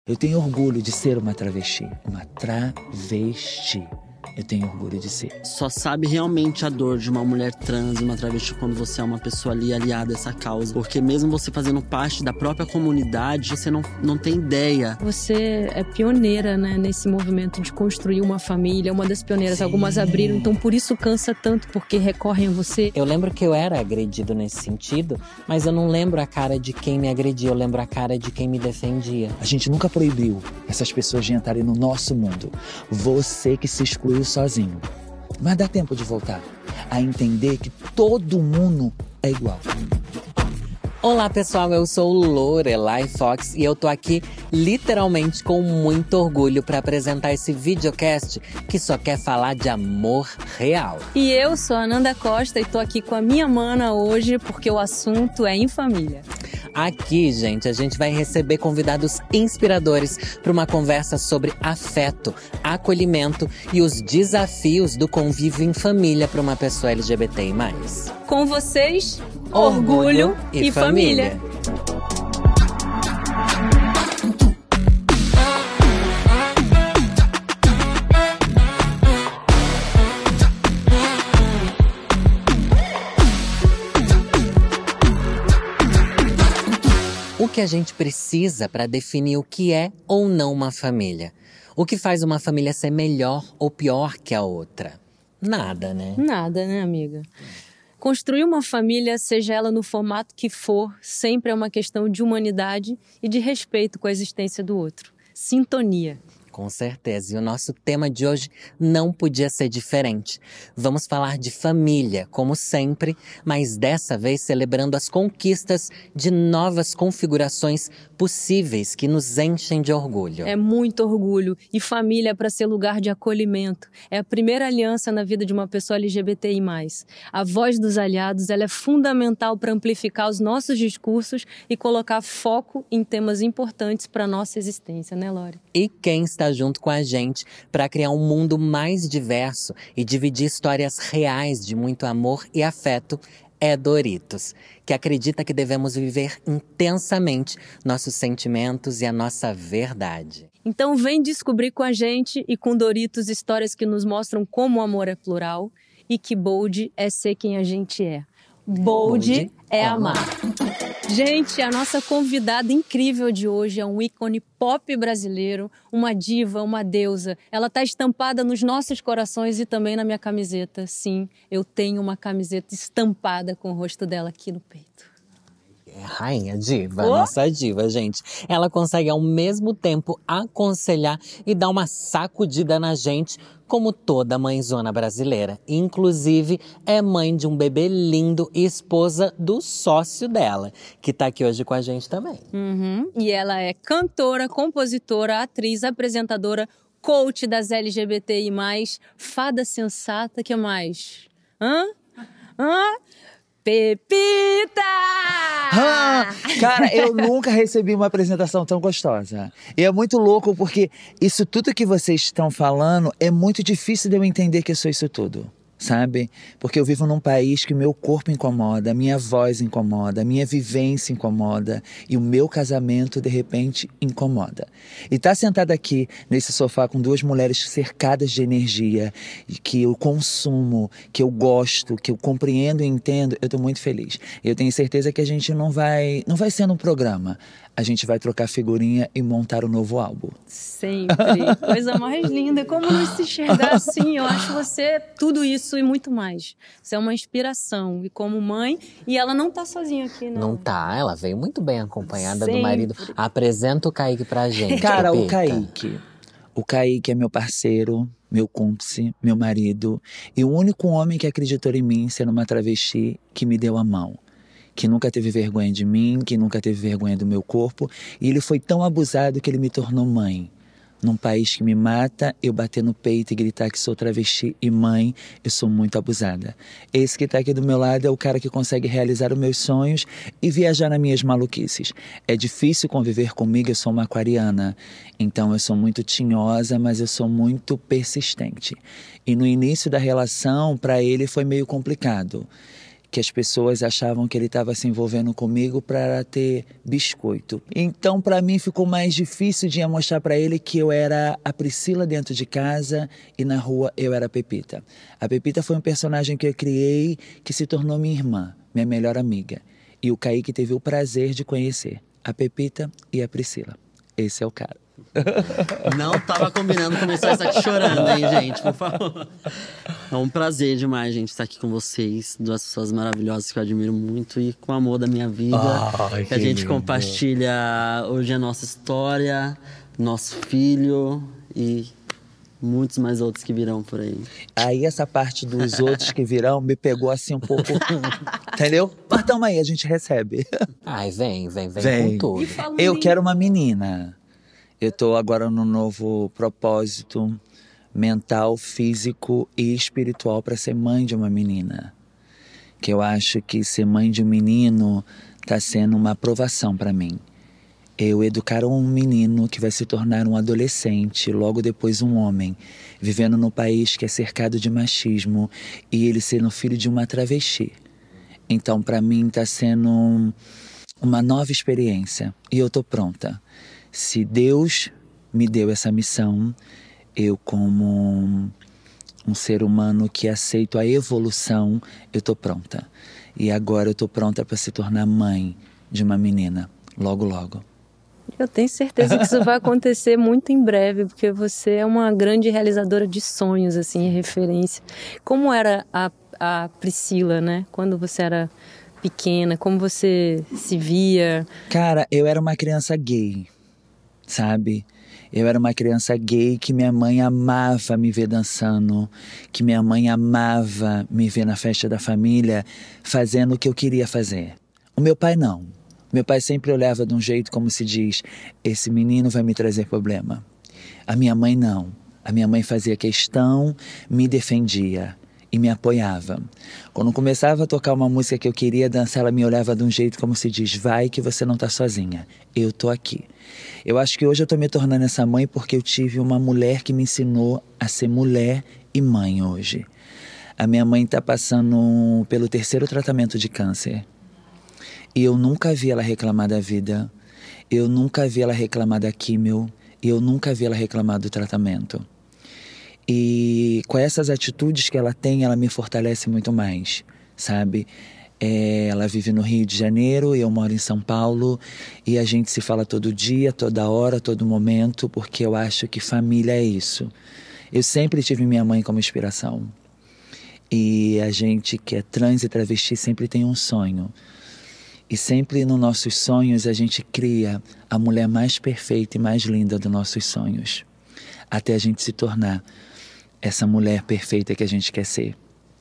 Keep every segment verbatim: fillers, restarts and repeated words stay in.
Eu tenho orgulho de ser uma travesti. Uma travesti. Eu tenho orgulho de ser. Só sabe realmente a dor de uma mulher trans e uma travesti quando você é uma pessoa ali aliada a essa causa. Porque mesmo você fazendo parte da própria comunidade, você não, não tem ideia. Você é pioneira, né, nesse movimento de construir uma família, uma das pioneiras. Sim. Algumas abriram, então por isso cansa tanto, porque recorrem a você. Eu lembro que eu era agredido nesse sentido, mas eu não lembro a cara de quem me agredia, eu lembro a cara de quem me defendia. A gente nunca proibiu essas pessoas de entrarem no nosso mundo. Você que se excluiu sozinho. Mas dá tempo de voltar a entender que todo mundo é igual. Olá pessoal, eu sou Lorelai Fox e eu tô aqui literalmente com muito orgulho para apresentar esse videocast que só quer falar de amor real. E eu sou a Ananda Costa e tô aqui com a minha mana hoje porque o assunto é em família. Aqui, gente, a gente vai receber convidados inspiradores para uma conversa sobre afeto, acolhimento e os desafios do convívio em família para uma pessoa L G B T I mais. Com vocês, orgulho, orgulho e, e família. família. O que a gente precisa para definir o que é ou não uma família? O que faz uma família ser melhor ou pior que a outra? Nada, né? Nada, né, amiga? Construir uma família, seja ela no formato que for, sempre é uma questão de humanidade e de respeito com a existência do outro. Sintonia. Com certeza. E o nosso tema de hoje não podia ser diferente. Vamos falar de família, como sempre, mas dessa vez celebrando as conquistas de novas configurações possíveis que nos enchem de orgulho. É muito orgulho. E família é para ser lugar de acolhimento. É a primeira aliança na vida de uma pessoa L G B T I mais. A voz dos aliados, ela é fundamental para amplificar os nossos discursos e colocar foco em temas importantes para a nossa existência, né, Lori? E quem está junto com a gente para criar um mundo mais diverso e dividir histórias reais de muito amor e afeto é Doritos, que acredita que devemos viver intensamente nossos sentimentos e a nossa verdade. Então vem descobrir com a gente e com Doritos histórias que nos mostram como o amor é plural e que bold é ser quem a gente é. Bold, bold é amar. Gente, a nossa convidada incrível de hoje é um ícone pop brasileiro, uma diva, uma deusa. Ela está estampada nos nossos corações e também na minha camiseta. Sim, eu tenho uma camiseta estampada com o rosto dela aqui no peito. É rainha diva, oh? nossa diva, gente. Ela consegue ao mesmo tempo aconselhar e dar uma sacudida na gente, como toda mãezona brasileira. Inclusive, é mãe de um bebê lindo e esposa do sócio dela, que tá aqui hoje com a gente também. Uhum. E ela é cantora, compositora, atriz, apresentadora, coach das L G B T I mais, fada sensata, que mais? Hã? Hã? Pepita! Ah, cara, eu nunca recebi uma apresentação tão gostosa. E é muito louco porque isso tudo que vocês estão falando é muito difícil de eu entender que eu sou isso tudo. Sabe? Porque eu vivo num país que meu corpo incomoda, a minha voz incomoda, a minha vivência incomoda e o meu casamento, de repente, incomoda. E estar sentada aqui nesse sofá com duas mulheres cercadas de energia, que eu consumo, que eu gosto, que eu compreendo e entendo, eu estou muito feliz. Eu tenho certeza que a gente não vai, não vai ser num programa. A gente vai trocar figurinha e montar um novo álbum. Sempre. Coisa mais linda. Como não se enxergar assim? Eu acho você tudo isso e muito mais. Você é uma inspiração. E como mãe... E ela não tá sozinha aqui, não. Não tá. Ela veio muito bem acompanhada Sempre. do marido. Apresenta o Kaique pra gente. Cara, Pepita. o Kaique... O Kaique é meu parceiro, meu cúmplice, meu marido. E o único homem que acreditou em mim sendo uma travesti que me deu a mão. Que nunca teve vergonha de mim, que nunca teve vergonha do meu corpo. E ele foi tão abusado que ele me tornou mãe. Num país que me mata, eu bater no peito e gritar que sou travesti e mãe, eu sou muito abusada. Esse que está aqui do meu lado é o cara que consegue realizar os meus sonhos e viajar nas minhas maluquices. É difícil conviver comigo, eu sou uma aquariana. Então eu sou muito tinhosa, mas eu sou muito persistente. E no início da relação, para ele foi meio complicado. que as pessoas achavam que ele estava se envolvendo comigo para ter biscoito. Então, para mim, ficou mais difícil de mostrar para ele que eu era a Priscila dentro de casa e na rua eu era a Pepita. A Pepita foi um personagem que eu criei que se tornou minha irmã, minha melhor amiga. E o Kaique teve o prazer de conhecer a Pepita e a Priscila. Esse é o cara. Não tava combinando começar isso aqui chorando, hein, gente? Por favor. É um prazer demais, gente, estar aqui com vocês. Duas pessoas maravilhosas que eu admiro muito e com o amor da minha vida. Ai, que a gente lindo. compartilha hoje a nossa história, nosso filho e muitos mais outros que virão por aí. Aí essa parte dos outros que virão me pegou assim um pouco. Entendeu? Mas tamo aí, a gente recebe. Ai, vem, vem, vem, Vem. com tudo. Eu quero uma menina. Eu tô agora num novo propósito mental, físico e espiritual para ser mãe de uma menina. Que eu acho que ser mãe de um menino tá sendo uma aprovação para mim. Eu educar um menino que vai se tornar um adolescente, logo depois um homem, vivendo num país que é cercado de machismo e ele sendo filho de uma travesti. Então, para mim, está sendo uma nova experiência e eu tô pronta. Se Deus me deu essa missão, eu como um ser humano que aceito a evolução, eu tô pronta. E agora eu tô pronta para se tornar mãe de uma menina, logo, logo. Eu tenho certeza que isso vai acontecer muito em breve, porque você é uma grande realizadora de sonhos, assim, referência. Como era a, a Priscila, né? Quando você era pequena, como você se via? Cara, eu era uma criança gay, sabe? Eu era uma criança gay que minha mãe amava me ver dançando, que minha mãe amava me ver na festa da família fazendo o que eu queria fazer. O meu pai não. Meu pai sempre olhava de um jeito como se diz, esse menino vai me trazer problema. A minha mãe não. A minha mãe fazia questão, me defendia e me apoiava. Quando começava a tocar uma música que eu queria dançar, ela me olhava de um jeito como se diz, vai que você não tá sozinha, eu tô aqui. Eu acho que hoje eu tô me tornando essa mãe porque eu tive uma mulher que me ensinou a ser mulher e mãe hoje. A minha mãe tá passando pelo terceiro tratamento de câncer. E eu nunca vi ela reclamar da vida, eu nunca vi ela reclamar da químio, eu nunca vi ela reclamar do tratamento. E com essas atitudes que ela tem, ela me fortalece muito mais, sabe? É, ela vive no Rio de Janeiro, eu moro em São Paulo, e a gente se fala todo dia, toda hora, todo momento, porque eu acho que família é isso. Eu sempre tive minha mãe como inspiração. E a gente que é trans e travesti sempre tem um sonho. E sempre nos nossos sonhos a gente cria a mulher mais perfeita e mais linda dos nossos sonhos. Até a gente se tornar essa mulher perfeita que a gente quer ser.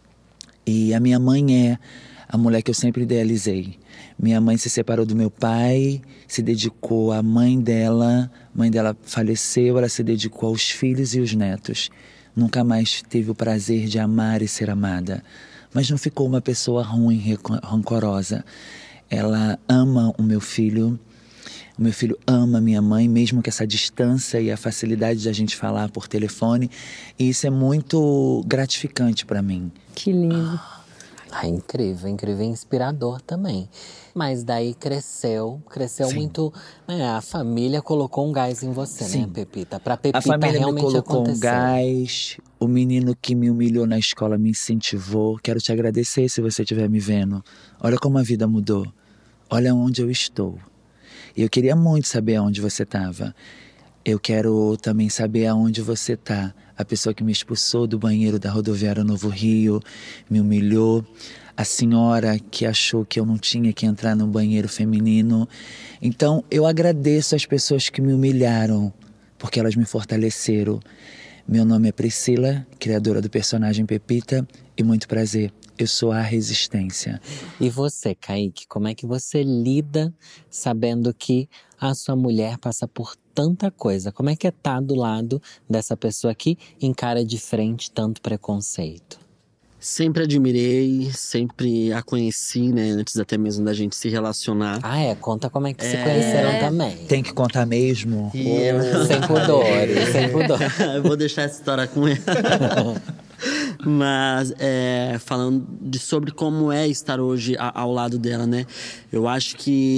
E a minha mãe é a mulher que eu sempre idealizei. Minha mãe se separou do meu pai, se dedicou à mãe dela, a mãe dela faleceu, ela se dedicou aos filhos e os netos. Nunca mais teve o prazer de amar e ser amada. Mas não ficou uma pessoa ruim, rancorosa. Ela ama o meu filho, o meu filho ama a minha mãe, mesmo com essa distância e a facilidade de a gente falar por telefone. E isso é muito gratificante para mim. Que lindo. Ah, incrível, incrível, inspirador também. Mas daí cresceu, cresceu Sim. muito, né? A família colocou um gás em você, Sim. né, Pepita? Pra Pepita A família realmente me colocou acontecer. um gás, o menino que me humilhou na escola me incentivou. Quero te agradecer se você estiver me vendo. Olha como a vida mudou, olha onde eu estou. E eu queria muito saber aonde você estava. Eu quero também saber aonde você está. A pessoa que me expulsou do banheiro da rodoviária Novo Rio, me humilhou. A senhora que achou que eu não tinha que entrar no banheiro feminino. Então, eu agradeço as pessoas que me humilharam, porque elas me fortaleceram. Meu nome é Priscila, criadora do personagem Pepita, e muito prazer. Eu sou a Resistência. E você, Kaique, como é que você lida sabendo que a sua mulher passa por tanta coisa? Como é que é estar do lado dessa pessoa que encara de frente tanto preconceito? Sempre admirei, sempre a conheci, né? Antes até mesmo da gente se relacionar. Ah, é? Conta como é que se É. conheceram também. Tem que contar mesmo? E eu- Sem pudores, sem pudores. Eu vou deixar essa história com ela. Mas é, falando de, sobre como é estar hoje a, ao lado dela, né? Eu acho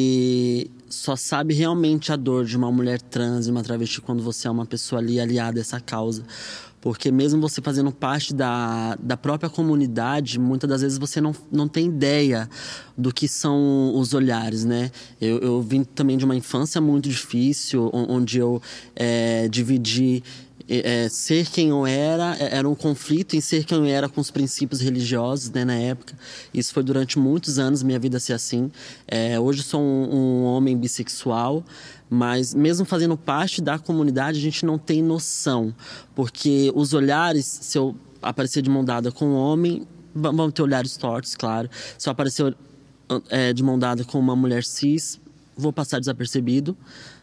que só sabe realmente a dor de uma mulher trans e uma travesti quando você é uma pessoa ali aliada a essa causa. Porque mesmo você fazendo parte da, da própria comunidade, muitas das vezes você não, não tem ideia do que são os olhares, né? Eu, eu vim também de uma infância muito difícil, onde eu é, dividi é, ser quem eu era, era um conflito em ser quem eu era com os princípios religiosos, né, na época. Isso foi durante muitos anos, minha vida ser assim. É, hoje sou um, um homem bissexual, mas mesmo fazendo parte da comunidade, a gente não tem noção. Porque os olhares, se eu aparecer de mão dada com um homem, vão ter olhares tortos, claro. Se eu aparecer é, de mão dada com uma mulher cis, vou passar desapercebido.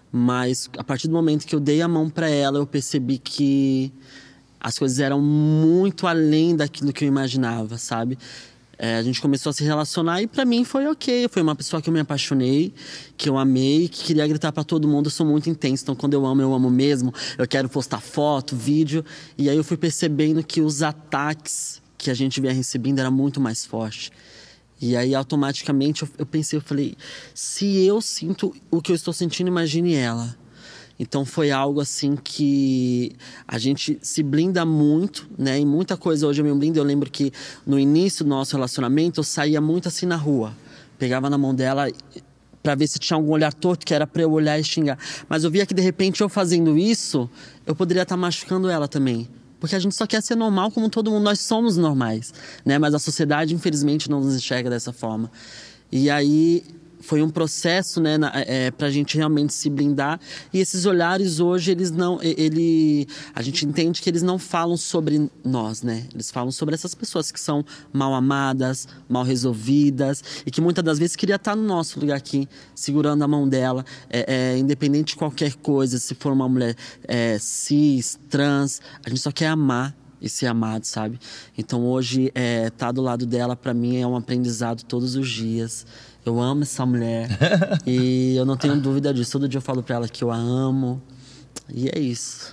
Mas a partir do momento que eu dei a mão para ela, eu percebi que as coisas eram muito além daquilo que eu imaginava, sabe? É, a gente começou a se relacionar e pra mim foi ok. Foi uma pessoa que eu me apaixonei, que eu amei, que queria gritar pra todo mundo. Eu sou muito intenso, então quando eu amo, eu amo mesmo. Eu quero postar foto, vídeo. E aí eu fui percebendo que os ataques que a gente vinha recebendo eram muito mais fortes. E aí automaticamente eu, eu pensei, eu falei, se eu sinto o que eu estou sentindo, imagine ela. Então foi algo assim que a gente se blinda muito, né? E muita coisa hoje eu me blindo. Eu lembro que no início do nosso relacionamento eu saía muito assim na rua. Pegava na mão dela pra ver se tinha algum olhar torto, que era pra eu olhar e xingar. Mas eu via que de repente eu fazendo isso, eu poderia estar machucando ela também. Porque a gente só quer ser normal como todo mundo, nós somos normais, né? Mas a sociedade, infelizmente, não nos enxerga dessa forma. E aí foi um processo, né, na, é, pra gente realmente se blindar. E esses olhares hoje, eles não... Ele, a gente entende que eles não falam sobre nós, né? Eles falam sobre essas pessoas que são mal amadas, mal resolvidas. E que muitas das vezes queria estar no nosso lugar aqui, segurando a mão dela. É, é, independente de qualquer coisa, se for uma mulher é, cis, trans, a gente só quer amar e ser amado, sabe? Então hoje, é, tá do lado dela, pra mim, é um aprendizado todos os dias. Eu amo essa mulher e eu não tenho dúvida disso. Todo dia eu falo pra ela que eu a amo. E é isso.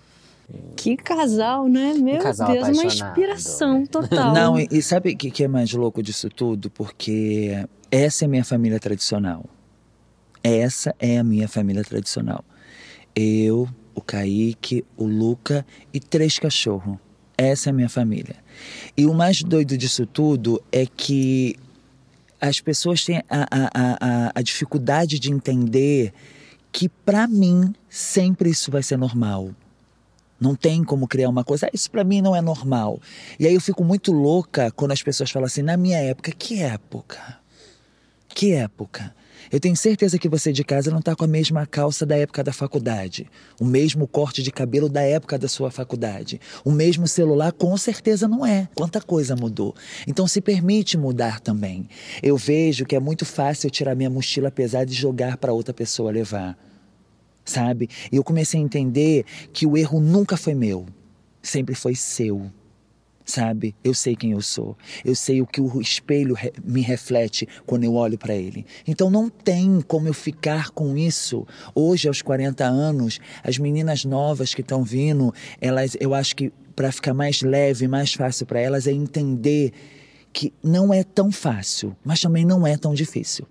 Que casal, né? Meu Um casal Deus, uma apaixonado. inspiração total. Não, e, e sabe o que, que é mais louco disso tudo? Porque essa é a minha família tradicional. Essa é a minha família tradicional. Eu, o Kaique, o Luca e três cachorros. Essa é a minha família. E o mais doido disso tudo é que as pessoas têm a, a, a, a dificuldade de entender que, pra mim, sempre isso vai ser normal. Não tem como criar uma coisa, ah, isso pra mim não é normal. E aí eu fico muito louca quando as pessoas falam assim, na minha época, que época? Que época? Eu tenho certeza que você de casa não tá com a mesma calça da época da faculdade. O mesmo corte de cabelo da época da sua faculdade. O mesmo celular, com certeza não é. Quanta coisa mudou. Então se permite mudar também. Eu vejo que é muito fácil eu tirar minha mochila pesada e jogar para outra pessoa levar. Sabe? E eu comecei a entender que o erro nunca foi meu. Sempre foi seu. Sabe? Eu sei quem eu sou. Eu sei o que o espelho re- me reflete quando eu olho para ele. Então não tem como eu ficar com isso. Hoje, aos quarenta anos, as meninas novas que estão vindo, elas, eu acho que para ficar mais leve, mais fácil para elas é entender que não é tão fácil, mas também não é tão difícil.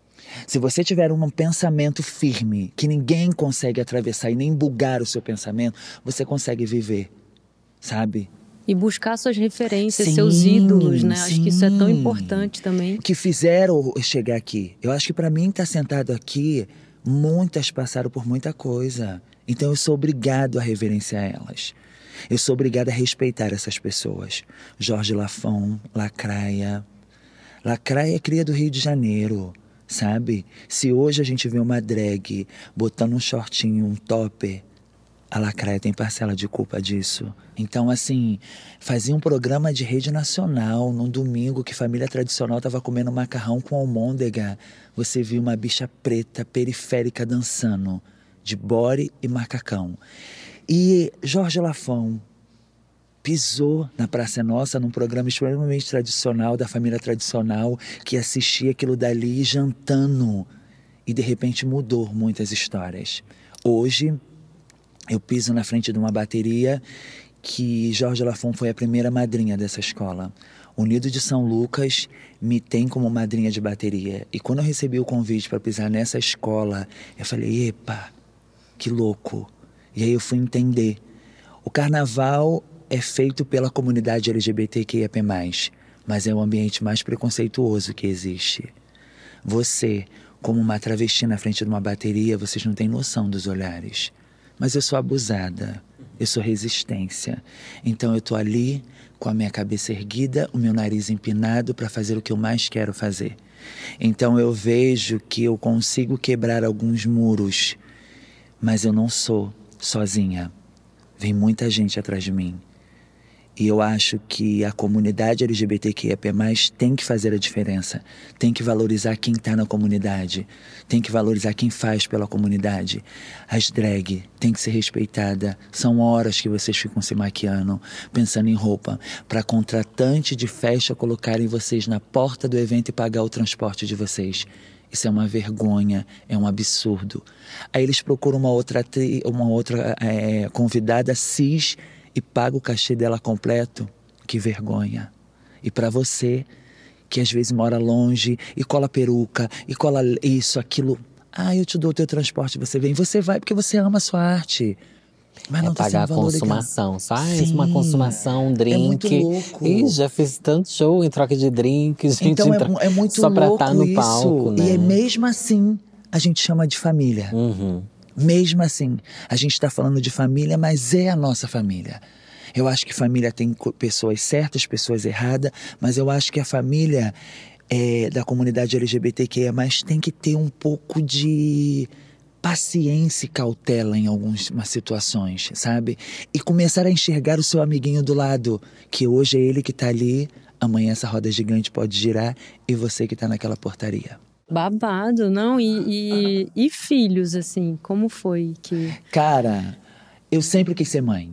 Se você tiver um pensamento firme, que ninguém consegue atravessar e nem bugar o seu pensamento, você consegue viver, sabe? E buscar suas referências, Sim, seus ídolos, né? Acho que isso é tão sim. importante também. Que fizeram eu chegar aqui. Eu acho que para mim estar sentado aqui, muitas passaram por muita coisa. Então eu sou obrigado a reverenciar elas. Eu sou obrigado a respeitar essas pessoas. Jorge Lafon, Lacraia. Lacraia é cria do Rio de Janeiro, sabe? Se hoje a gente vê uma drag botando um shortinho, um topper, a Lacraia tem parcela de culpa disso. Então, assim, fazia um programa de rede nacional num domingo que família tradicional estava comendo macarrão com almôndega. Você viu uma bicha preta, periférica, dançando, de body e macacão. E Jorge Lafon pisou na Praça Nossa num programa extremamente tradicional, da família tradicional, que assistia aquilo dali jantando. E, de repente, mudou muitas histórias. Hoje, eu piso na frente de uma bateria que Jorge Lafon foi a primeira madrinha dessa escola. Unido de São Lucas me tem como madrinha de bateria. E quando eu recebi o convite para pisar nessa escola, eu falei, epa, que louco. E aí eu fui entender. O carnaval é feito pela comunidade L G B T Q I A P mais, mas é o ambiente mais preconceituoso que existe. Você, como uma travesti na frente de uma bateria, vocês não têm noção dos olhares. Mas eu sou abusada, eu sou resistência. Então eu tô ali com a minha cabeça erguida, o meu nariz empinado para fazer o que eu mais quero fazer. Então eu vejo que eu consigo quebrar alguns muros, mas eu não sou sozinha. Vem muita gente atrás de mim. E eu acho que a comunidade L G B T Q I A P mais, tem que fazer a diferença. Tem que valorizar quem está na comunidade. Tem que valorizar quem faz pela comunidade. As drag tem que ser respeitada. São horas que vocês ficam se maquiando, pensando em roupa, para contratante de festa colocarem vocês na porta do evento e pagar o transporte de vocês. Isso é uma vergonha, é um absurdo. Aí eles procuram uma outra, uma outra é, convidada cis e paga o cachê dela completo. Que vergonha. E para você, que às vezes mora longe e cola peruca, e cola isso, aquilo. Ah, eu te dou o teu transporte, você vem. Você vai porque você ama a sua arte. Mas não é tá pagar a sendo consumação. Só ah, Sim, uma consumação, um drink. É muito louco. Ih, já fiz tanto show em troca de drink, gente. Então é, tro... é muito só pra louco estar no isso. palco, né? E é mesmo assim, a gente chama de família. Uhum. Mesmo assim, a gente está falando de família, mas é a nossa família. Eu acho que família tem pessoas certas, pessoas erradas, mas eu acho que a família é, da comunidade L G B T Q I A mais, tem que ter um pouco de paciência e cautela em algumas situações, sabe? E começar a enxergar o seu amiguinho do lado, que hoje é ele que está ali, amanhã essa roda gigante pode girar e você que está naquela portaria. Babado, não? E, e, e filhos, assim, como foi que... Cara, eu sempre quis ser mãe.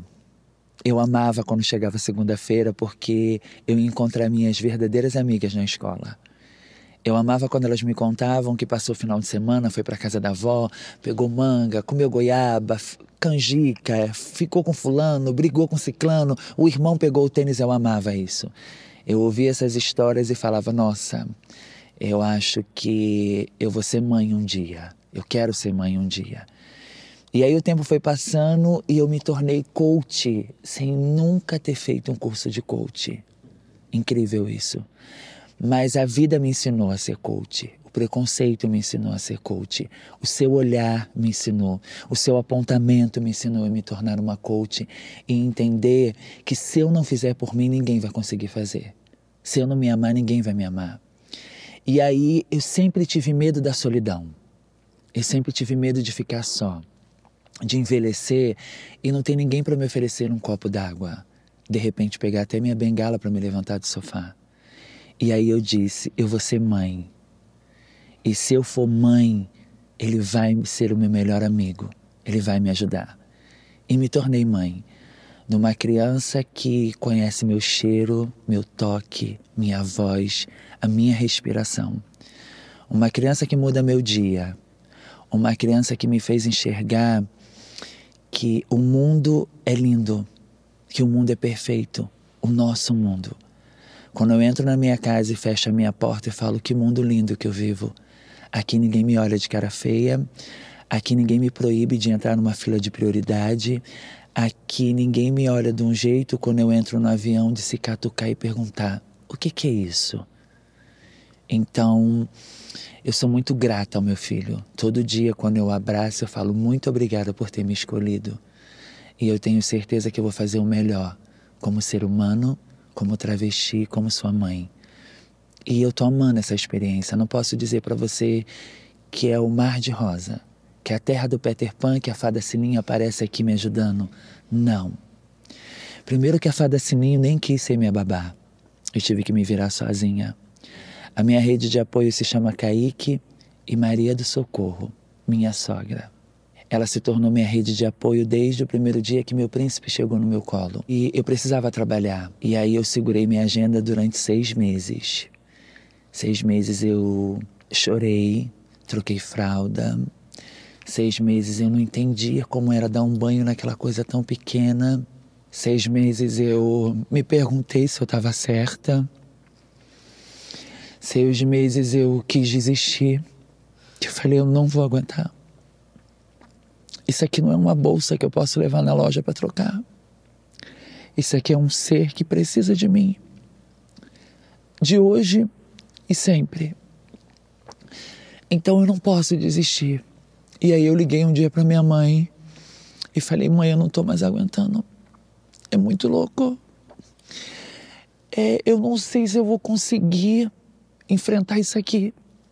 Eu amava quando chegava segunda-feira porque eu ia encontrar minhas verdadeiras amigas na escola. Eu amava quando elas me contavam que passou o final de semana, foi para casa da avó, pegou manga, comeu goiaba, canjica, ficou com fulano, brigou com ciclano, o irmão pegou o tênis. Eu amava isso. Eu ouvia essas histórias e falava, nossa, eu acho que eu vou ser mãe um dia. Eu quero ser mãe um dia. E aí o tempo foi passando e eu me tornei coach, sem nunca ter feito um curso de coach. Incrível isso. Mas a vida me ensinou a ser coach. O preconceito me ensinou a ser coach. O seu olhar me ensinou. O seu apontamento me ensinou a me tornar uma coach. E entender que se eu não fizer por mim, ninguém vai conseguir fazer. Se eu não me amar, ninguém vai me amar. E aí eu sempre tive medo da solidão. Eu sempre tive medo de ficar só. De envelhecer e não ter ninguém para me oferecer um copo d'água. De repente pegar até minha bengala para me levantar do sofá. E aí eu disse, eu vou ser mãe. E se eu for mãe, ele vai ser o meu melhor amigo. Ele vai me ajudar. E me tornei mãe de uma criança que conhece meu cheiro, meu toque, minha voz, a minha respiração. Uma criança que muda meu dia. Uma criança que me fez enxergar que o mundo é lindo, que o mundo é perfeito, o nosso mundo. Quando eu entro na minha casa e fecho a minha porta e falo, que mundo lindo que eu vivo. Aqui ninguém me olha de cara feia, aqui ninguém me proíbe de entrar numa fila de prioridade, aqui ninguém me olha de um jeito quando eu entro no avião de se catucar e perguntar, o que que é isso? Então, eu sou muito grata ao meu filho. Todo dia, quando eu abraço, eu falo muito obrigada por ter me escolhido. E eu tenho certeza que eu vou fazer o melhor, como ser humano, como travesti, como sua mãe. E eu tô amando essa experiência. Não posso dizer para você que é o mar de rosa, que é a terra do Peter Pan, que a fada Sininho aparece aqui me ajudando. Não. Primeiro que a fada Sininho nem quis ser minha babá. Eu tive que me virar sozinha. A minha rede de apoio se chama Kaique e Maria do Socorro, minha sogra. Ela se tornou minha rede de apoio desde o primeiro dia que meu príncipe chegou no meu colo. E eu precisava trabalhar. E aí eu segurei minha agenda durante seis meses. Seis meses eu chorei, troquei fralda. Seis meses eu não entendia como era dar um banho naquela coisa tão pequena. Seis meses eu me perguntei se eu estava certa. Seis meses eu quis desistir. Eu falei, eu não vou aguentar. Isso aqui não é uma bolsa que eu posso levar na loja para trocar. Isso aqui é um ser que precisa de mim. De hoje e sempre. Então eu não posso desistir. E aí eu liguei um dia para minha mãe e falei, mãe, eu não tô mais aguentando. É muito louco. É, eu não sei se eu vou conseguir enfrentar isso aqui.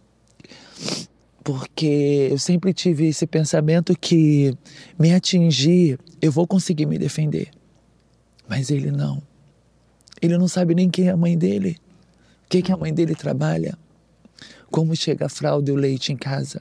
Porque eu sempre tive esse pensamento que me atingir, eu vou conseguir me defender. Mas ele não. Ele não sabe nem quem é a mãe dele. O que, que a mãe dele trabalha. Como chega a fralda e o leite em casa.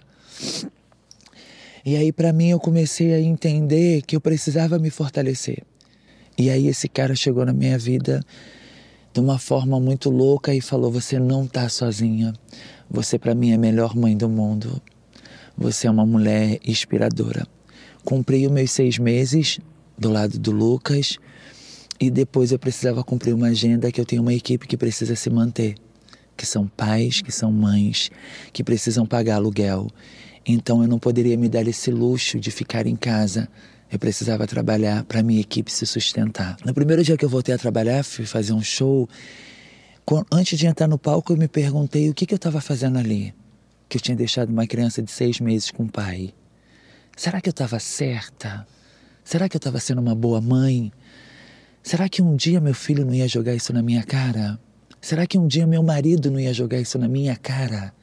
E aí para mim eu comecei a entender que eu precisava me fortalecer. E aí esse cara chegou na minha vida de uma forma muito louca e falou, você não tá sozinha. Você para mim é a melhor mãe do mundo. Você é uma mulher inspiradora. Cumpri os meus seis meses do lado do Lucas e depois eu precisava cumprir uma agenda que eu tenho uma equipe que precisa se manter. Que são pais, que são mães, que precisam pagar aluguel. Então eu não poderia me dar esse luxo de ficar em casa. Eu precisava trabalhar para a minha equipe se sustentar. No primeiro dia que eu voltei a trabalhar, fui fazer um show. Antes de entrar no palco, eu me perguntei o que, que eu estava fazendo ali. Que eu tinha deixado uma criança de seis meses com o pai. Será que eu estava certa? Será que eu estava sendo uma boa mãe? Será que um dia meu filho não ia jogar isso na minha cara? Será que um dia meu marido não ia jogar isso na minha cara?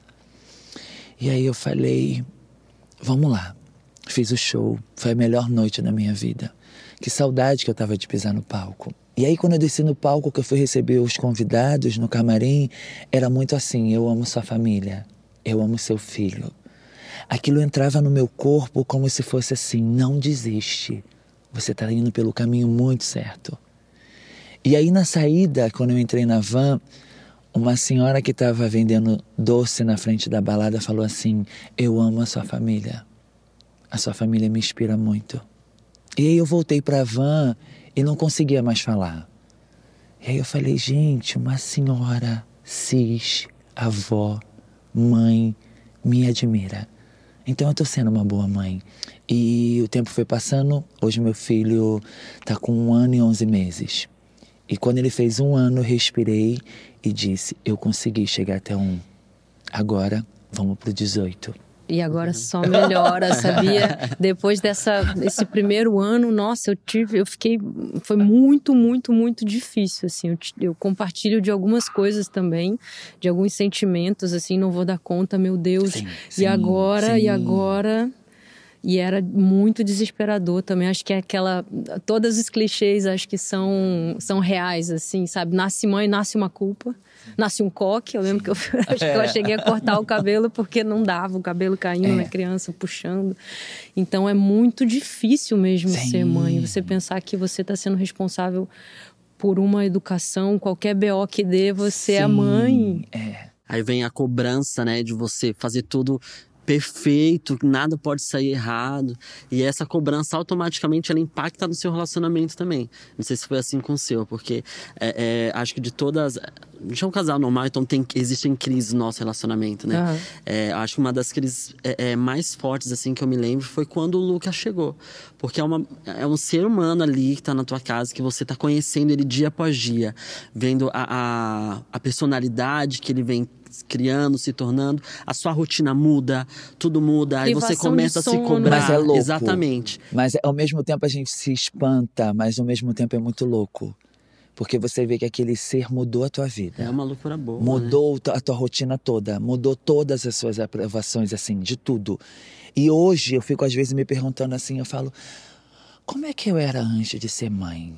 E aí eu falei, vamos lá. Fiz o show, foi a melhor noite da minha vida. Que saudade que eu estava de pisar no palco. E aí quando eu desci no palco, que eu fui receber os convidados no camarim, era muito assim, eu amo sua família, eu amo seu filho. Aquilo entrava no meu corpo como se fosse assim, não desiste, você está indo pelo caminho muito certo. E aí na saída, quando eu entrei na van, uma senhora que estava vendendo doce na frente da balada falou assim, eu amo a sua família, a sua família me inspira muito. E aí eu voltei para a van e não conseguia mais falar. E aí eu falei, gente, uma senhora cis, avó, mãe, me admira. Então eu tô sendo uma boa mãe. E o tempo foi passando, hoje meu filho tá com um ano e onze meses. E quando ele fez um ano, eu respirei e disse, eu consegui chegar até um. Agora, vamos pro dezoito. E agora só melhora, sabia? Depois dessa, desse primeiro ano, nossa, eu tive, eu fiquei, foi muito, muito, muito difícil, assim. Eu, eu compartilho de algumas coisas também, de alguns sentimentos, assim, não vou dar conta, meu Deus. Sim, e sim, agora, sim. e agora... E era muito desesperador também. Acho que é aquela... Todos os clichês acho que são, são reais, assim, sabe? Nasce mãe, nasce uma culpa. Nasce um coque. Eu lembro que eu, acho que eu cheguei a cortar o cabelo porque não dava. O cabelo caindo é. na criança, puxando. Então é muito difícil mesmo Sim. ser mãe. Você pensar que você está sendo responsável por uma educação. Qualquer B O que dê, você Sim. é a mãe. É. Aí vem a cobrança, né? De você fazer tudo... perfeito, nada pode sair errado. E essa cobrança automaticamente ela impacta no seu relacionamento também. Não sei se foi assim com o seu, porque é, é, acho que de todas... A gente é um casal normal, então tem, existem crises no nosso relacionamento, né? Uhum. É, acho que uma das crises é, é, mais fortes, assim, que eu me lembro foi quando o Lucas chegou. Porque é, uma, é um ser humano ali que tá na tua casa, que você tá conhecendo ele dia após dia. Vendo a, a, a personalidade que ele vem criando, se tornando, a sua rotina muda, tudo muda, aí você começa a se cobrar. Mas é louco. Exatamente. Mas ao mesmo tempo a gente se espanta, mas ao mesmo tempo é muito louco. Porque você vê que aquele ser mudou a tua vida. É uma loucura boa, Mudou né? a tua rotina toda, mudou todas as suas aprovações, assim, de tudo. E hoje eu fico às vezes me perguntando assim, eu falo, como é que eu era antes de ser mãe?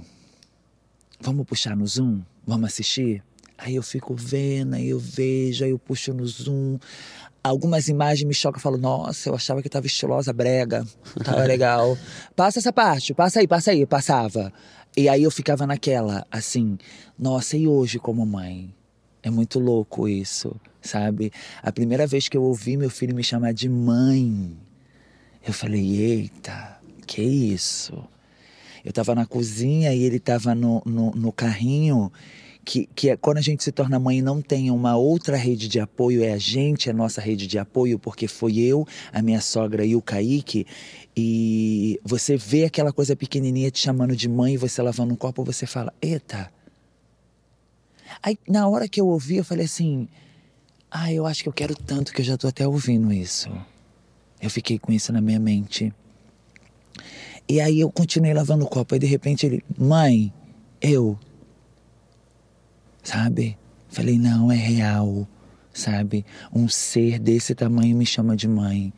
Vamos puxar no Zoom? Vamos assistir? Aí eu fico vendo, aí eu vejo, aí eu puxo no Zoom. Algumas imagens me chocam, eu falo, nossa, eu achava que tava estilosa, brega, tava legal. Passa essa parte, passa aí, passa aí, passava. E aí eu ficava naquela, assim, nossa, e hoje como mãe? É muito louco isso, sabe? A primeira vez que eu ouvi meu filho me chamar de mãe, eu falei, eita, que isso? Eu tava na cozinha e ele tava no, no, no carrinho. Que, que é, quando a gente se torna mãe, não tem uma outra rede de apoio, é a gente, é a nossa rede de apoio, porque foi eu, a minha sogra e o Kaique. E você vê aquela coisa pequenininha te chamando de mãe, você lavando um copo, você fala, eita. Aí, na hora que eu ouvi, eu falei assim, ah, eu acho que eu quero tanto que eu já tô até ouvindo isso. Eu fiquei com isso na minha mente. E aí eu continuei lavando o copo, aí de repente ele, mãe, eu... Sabe? Falei, não, é real, sabe? Um ser desse tamanho me chama de mãe,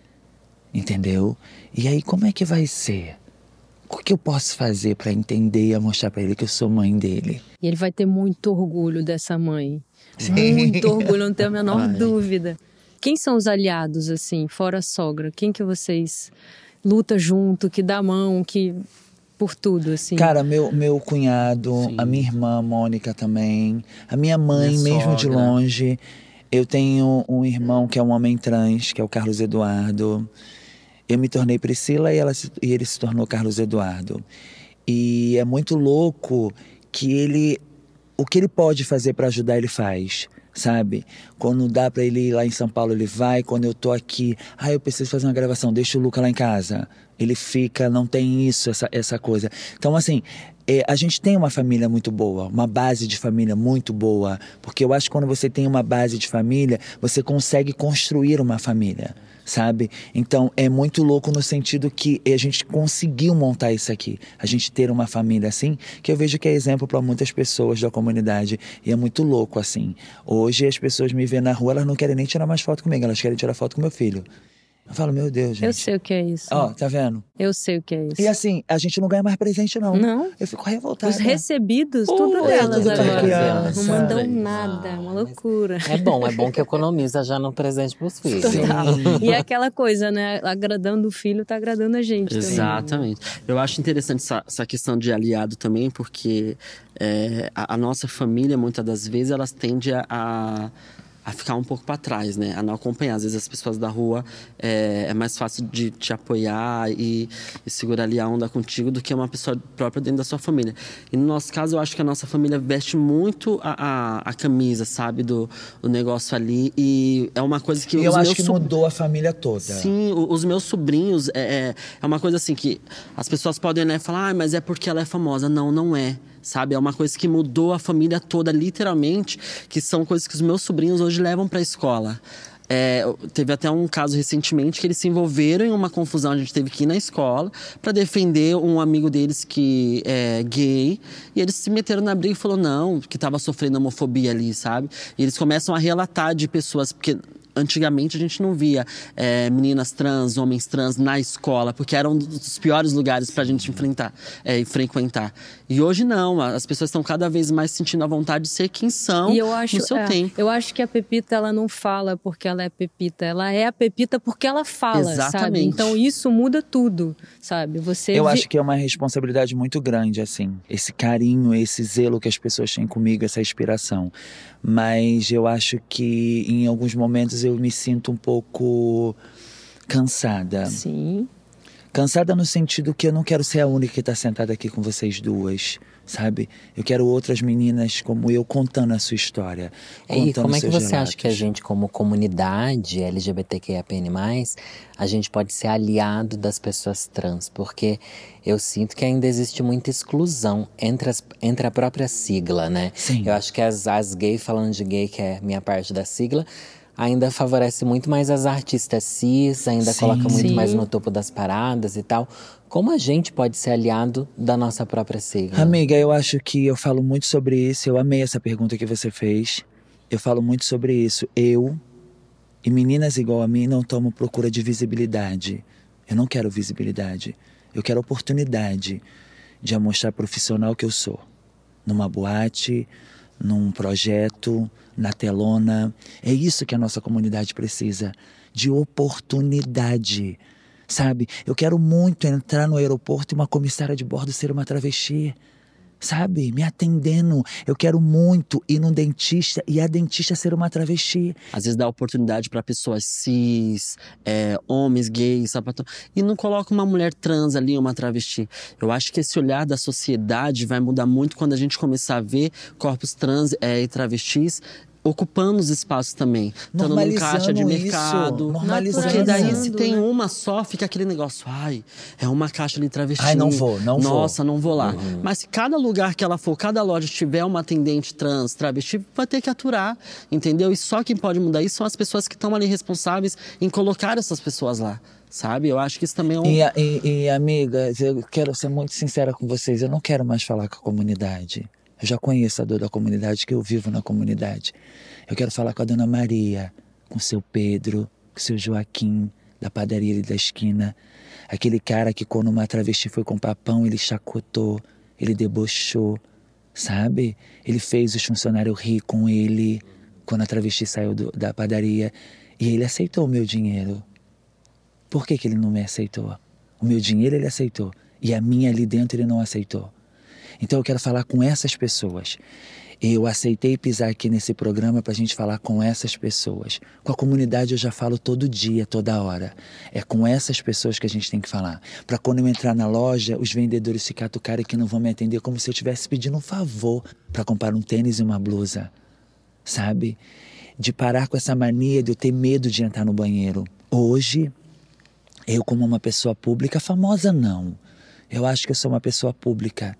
entendeu? E aí, como é que vai ser? O que eu posso fazer para entender e mostrar para ele que eu sou mãe dele? E ele vai ter muito orgulho dessa mãe. Sim. Muito orgulho, não tenho a menor Ai. dúvida. Quem são os aliados, assim, fora a sogra? Quem que vocês lutam junto, que dá a mão, que... por tudo, assim? Cara, meu, meu cunhado, Sim. a minha irmã Mônica também, a minha mãe, Minha mesmo de sogra. longe. Eu tenho um irmão que é um homem trans, que é o Carlos Eduardo. Eu me tornei Priscila e, ela se, e ele se tornou Carlos Eduardo. E é muito louco que ele... O que ele pode fazer para ajudar, ele faz, sabe? Quando dá para ele ir lá em São Paulo, ele vai. Quando eu tô aqui, ah, eu preciso fazer uma gravação, deixa o Luca lá em casa. Ele fica, não tem isso, essa, essa coisa. Então, assim, é, a gente tem uma família muito boa, uma base de família muito boa. Porque eu acho que quando você tem uma base de família, você consegue construir uma família, sabe? Então, é muito louco no sentido que a gente conseguiu montar isso aqui. A gente ter uma família assim, que eu vejo que é exemplo para muitas pessoas da comunidade. E é muito louco, assim. Hoje, as pessoas me veem na rua, elas não querem nem tirar mais foto comigo, elas querem tirar foto com meu filho. Eu falo, meu Deus, gente. Eu sei o que é isso. Ó, tá vendo? Eu sei o que é isso. E assim, a gente não ganha mais presente, não. Não. Eu fico revoltada. Os recebidos, Pô, tudo é delas tudo pra agora. criança. Não mandam Ah, nada, é uma loucura. É bom, é bom que economiza já no presente pros filhos. Total. Sim. E é aquela coisa, né? Agradando o filho, tá agradando a gente também. Exatamente. Eu acho interessante essa, essa questão de aliado também, porque é, a, a nossa família, muitas das vezes, elas tendem a, a, a ficar um pouco para trás, né? A não acompanhar. Às vezes as pessoas da rua é, é mais fácil de te apoiar e, e segurar ali a onda contigo do que uma pessoa própria dentro da sua família. E no nosso caso, eu acho que a nossa família veste muito a, a, a camisa, sabe? Do, do negócio ali. E é uma coisa que E os eu acho meus que sub- mudou a família toda. Sim, o- os meus sobrinhos, é, é, é uma coisa assim que as pessoas podem, né, falar, ah, mas é porque ela é famosa. Não, não é, sabe? É uma coisa que mudou a família toda, literalmente, que são coisas que os meus sobrinhos hoje levam pra escola. É, teve até um caso recentemente que eles se envolveram em uma confusão, a gente teve que ir na escola para defender um amigo deles que é gay, e eles se meteram na briga e falou não, que estava sofrendo homofobia ali, sabe? E eles começam a relatar de pessoas, porque antigamente a gente não via é, meninas trans, homens trans na escola, porque era um dos piores lugares pra gente enfrentar, é, e frequentar. E hoje não, as pessoas estão cada vez mais sentindo a vontade de ser quem são E eu acho, no seu é, tempo. eu acho que a Pepita, ela não fala porque ela é Pepita. Ela é a Pepita porque ela fala, sabe? Exatamente. Então isso muda tudo, sabe? Você Eu vi- acho que é uma responsabilidade muito grande, assim. Esse carinho, esse zelo que as pessoas têm comigo, essa inspiração. Mas eu acho que em alguns momentos eu me sinto um pouco cansada. Sim. Cansada no sentido que eu não quero ser a única que está sentada aqui com vocês duas, sabe? Eu quero outras meninas como eu contando a sua história. E contando como é que seus você relatos. acha que a gente, como comunidade L G B T Q I A P N mais, a gente pode ser aliado das pessoas trans? Porque eu sinto que ainda existe muita exclusão entre, as, entre a própria sigla, né? Sim. Eu acho que as, as gays, falando de gay, que é minha parte da sigla, ainda favorece muito mais as artistas cis, ainda Sim. coloca muito Sim. mais no topo das paradas e tal. Como a gente pode ser aliado da nossa própria sigla? Amiga, eu acho que eu falo muito sobre isso. Eu amei essa pergunta que você fez. Eu falo muito sobre isso. Eu e meninas igual a mim não tomo procura de visibilidade. Eu não quero visibilidade. Eu quero oportunidade de mostrar profissional que eu sou. Numa boate, num projeto, na telona. É isso que a nossa comunidade precisa. De oportunidade. Sabe? Eu quero muito entrar no aeroporto e uma comissária de bordo ser uma travesti. sabe? Me atendendo. Eu quero muito ir num dentista e a dentista ser uma travesti. Às vezes dá oportunidade para pessoas cis, é, homens, gays, sapatão, e não coloca uma mulher trans ali, uma travesti. Eu acho que esse olhar da sociedade vai mudar muito quando a gente começar a ver corpos trans é, e travestis ocupando os espaços também. Estando num caixa de mercado. Normalizando. Porque daí, se tem uma só, fica aquele negócio. Ai, é uma caixa de travesti. Ai, não vou, não vou. Nossa, não vou lá. Uhum. Mas se cada lugar que ela for, cada loja tiver uma atendente trans, travesti, vai ter que aturar, entendeu? E só quem pode mudar isso são as pessoas que estão ali responsáveis em colocar essas pessoas lá. Sabe? Eu acho que isso também é um... E, e, e amigas, eu quero ser muito sincera com vocês. Eu não quero mais falar com a comunidade. Eu já conheço a dor da comunidade, que eu vivo na comunidade. Eu quero falar com a dona Maria, com o seu Pedro, com o seu Joaquim, da padaria ali da esquina. Aquele cara que quando uma travesti foi comprar pão, ele chacotou, ele debochou, sabe? Ele fez os funcionários rir com ele quando a travesti saiu do, da padaria. E ele aceitou o meu dinheiro. Por que que ele não me aceitou? O meu dinheiro ele aceitou. E a minha ali dentro ele não aceitou. Então eu quero falar com essas pessoas. Eu aceitei pisar aqui nesse programa para a gente falar com essas pessoas. Com a comunidade eu já falo todo dia, toda hora. É com essas pessoas que a gente tem que falar. Para quando eu entrar na loja, os vendedores se catucarem que não vão me atender como se eu estivesse pedindo um favor para comprar um tênis e uma blusa. Sabe? De parar com essa mania de eu ter medo de entrar no banheiro. Hoje, eu como uma pessoa pública, famosa não. Eu acho que eu sou uma pessoa pública.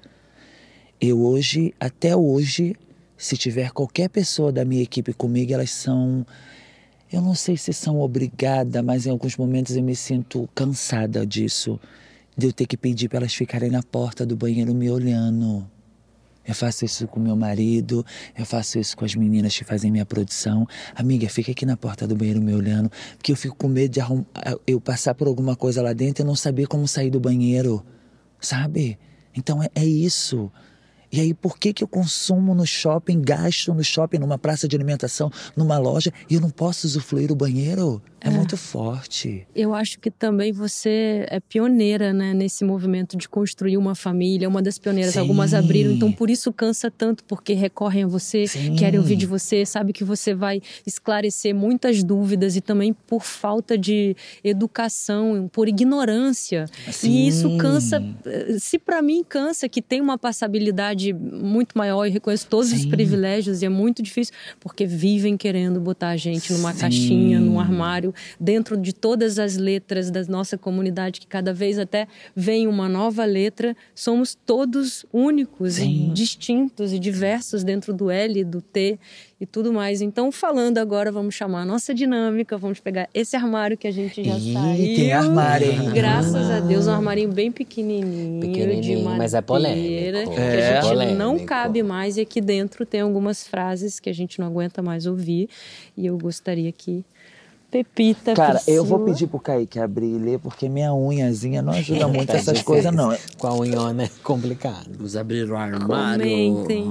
Eu hoje, até hoje, se tiver qualquer pessoa da minha equipe comigo, elas são... Eu não sei se são obrigadas, mas em alguns momentos eu me sinto cansada disso. De eu ter que pedir para elas ficarem na porta do banheiro me olhando. Eu faço isso com meu marido, eu faço isso com as meninas que fazem minha produção. Amiga, fica aqui na porta do banheiro me olhando, porque eu fico com medo de arrum... eu passar por alguma coisa lá dentro e não saber como sair do banheiro, sabe? Então é, é isso. E aí, por que que eu consumo no shopping, gasto no shopping, numa praça de alimentação, numa loja, e eu não posso usufruir o banheiro? É, é muito forte. Eu acho que também você é pioneira, né, nesse movimento de construir uma família, uma das pioneiras. Sim. Algumas abriram, então por isso cansa tanto, porque recorrem a você, Sim. querem ouvir de você, sabe que você vai esclarecer muitas dúvidas e também por falta de educação, por ignorância. Sim. E isso cansa, se para mim cansa, que tem uma passabilidade muito maior e reconheço todos Sim. os privilégios e é muito difícil, porque vivem querendo botar a gente numa Sim. caixinha, num armário, dentro de todas as letras da nossa comunidade, que cada vez até vem uma nova letra, somos todos únicos Sim. e distintos e diversos dentro do L, do T e tudo mais. Então, falando agora, vamos chamar a nossa dinâmica, vamos pegar esse armário que a gente já Ih, saiu. Tem armário, hein? Graças a Deus, um armarinho bem pequenininho, pequenininho de madeira, mas é polêmico. Que é, a gente polêmico. não cabe mais, e aqui dentro tem algumas frases que a gente não aguenta mais ouvir, e eu gostaria que Pepita, Cara, Priscila. Eu vou pedir pro Kaique abrir e ler, porque minha unhazinha não ajuda muito tá essas coisas, não. Com a unhona é complicado. Vamos abrir o armário. Comentem.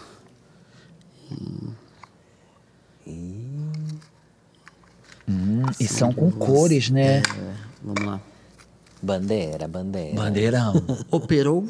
Hum. Hum, e são com cores, né? É, vamos lá. Bandeira, bandeira. Bandeirão. Operou?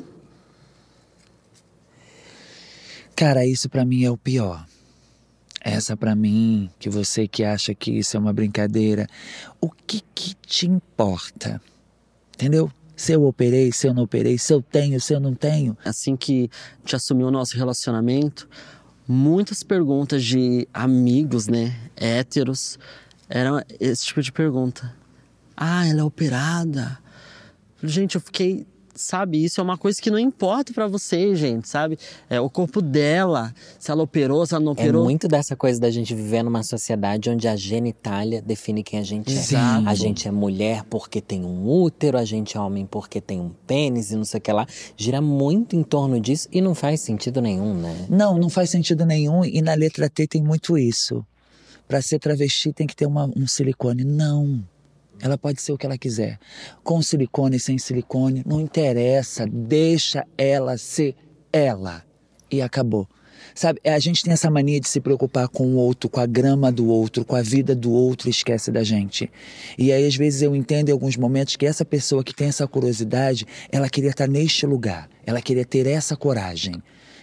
Cara, isso pra mim é o pior. Essa pra mim, que você que acha que isso é uma brincadeira, o que que te importa? Entendeu? Se eu operei, se eu não operei, se eu tenho, se eu não tenho. Assim que te assumiu o nosso relacionamento, muitas perguntas de amigos, né, héteros, eram esse tipo de pergunta. Ah, ela é operada? Gente, eu fiquei... Sabe, isso é uma coisa que não importa pra você, gente, sabe? É o corpo dela, se ela operou, se ela não operou. É muito dessa coisa da gente viver numa sociedade onde a genitália define quem a gente Exato. é. A gente é mulher porque tem um útero, a gente é homem porque tem um pênis e não sei o que lá. Gira muito em torno disso e não faz sentido nenhum, né? Não, não faz sentido nenhum, e na letra T tem muito isso. Pra ser travesti tem que ter uma, um silicone. Não. Ela pode ser o que ela quiser. Com silicone, sem silicone, não interessa. Deixa ela ser ela. E acabou. Sabe, a gente tem essa mania de se preocupar com o outro, com a grama do outro, com a vida do outro, e esquece da gente. E aí, às vezes, eu entendo em alguns momentos que essa pessoa que tem essa curiosidade, ela queria estar neste lugar. Ela queria ter essa coragem.